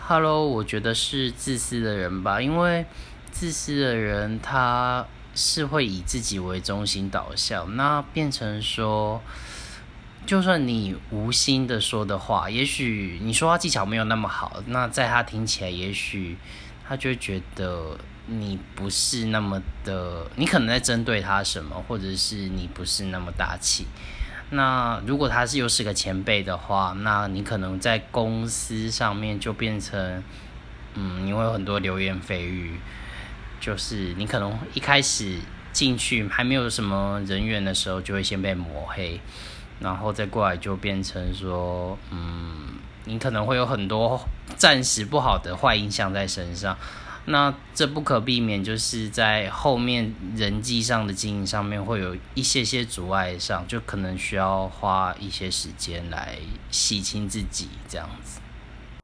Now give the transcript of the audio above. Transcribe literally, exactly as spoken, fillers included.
Hello，我觉得是自私的人吧，因为自私的人他是会以自己为中心导向，那变成说，就算你无心的说的话，也许你说话技巧没有那么好，那在他听起来，也许他就会觉得你不是那么的，你可能在针对他什么，或者是你不是那么大气。那如果他是又是个前辈的话，那你可能在公司上面就变成，嗯，你会有很多流言蜚语，就是你可能一开始进去还没有什么人员的时候，就会先被抹黑，然后再过来就变成说，嗯，你可能会有很多暂时不好的坏印象在身上。那这不可避免，就是在后面人际上的经营上面会有一些些阻碍上，就可能需要花一些时间来洗清自己，这样子。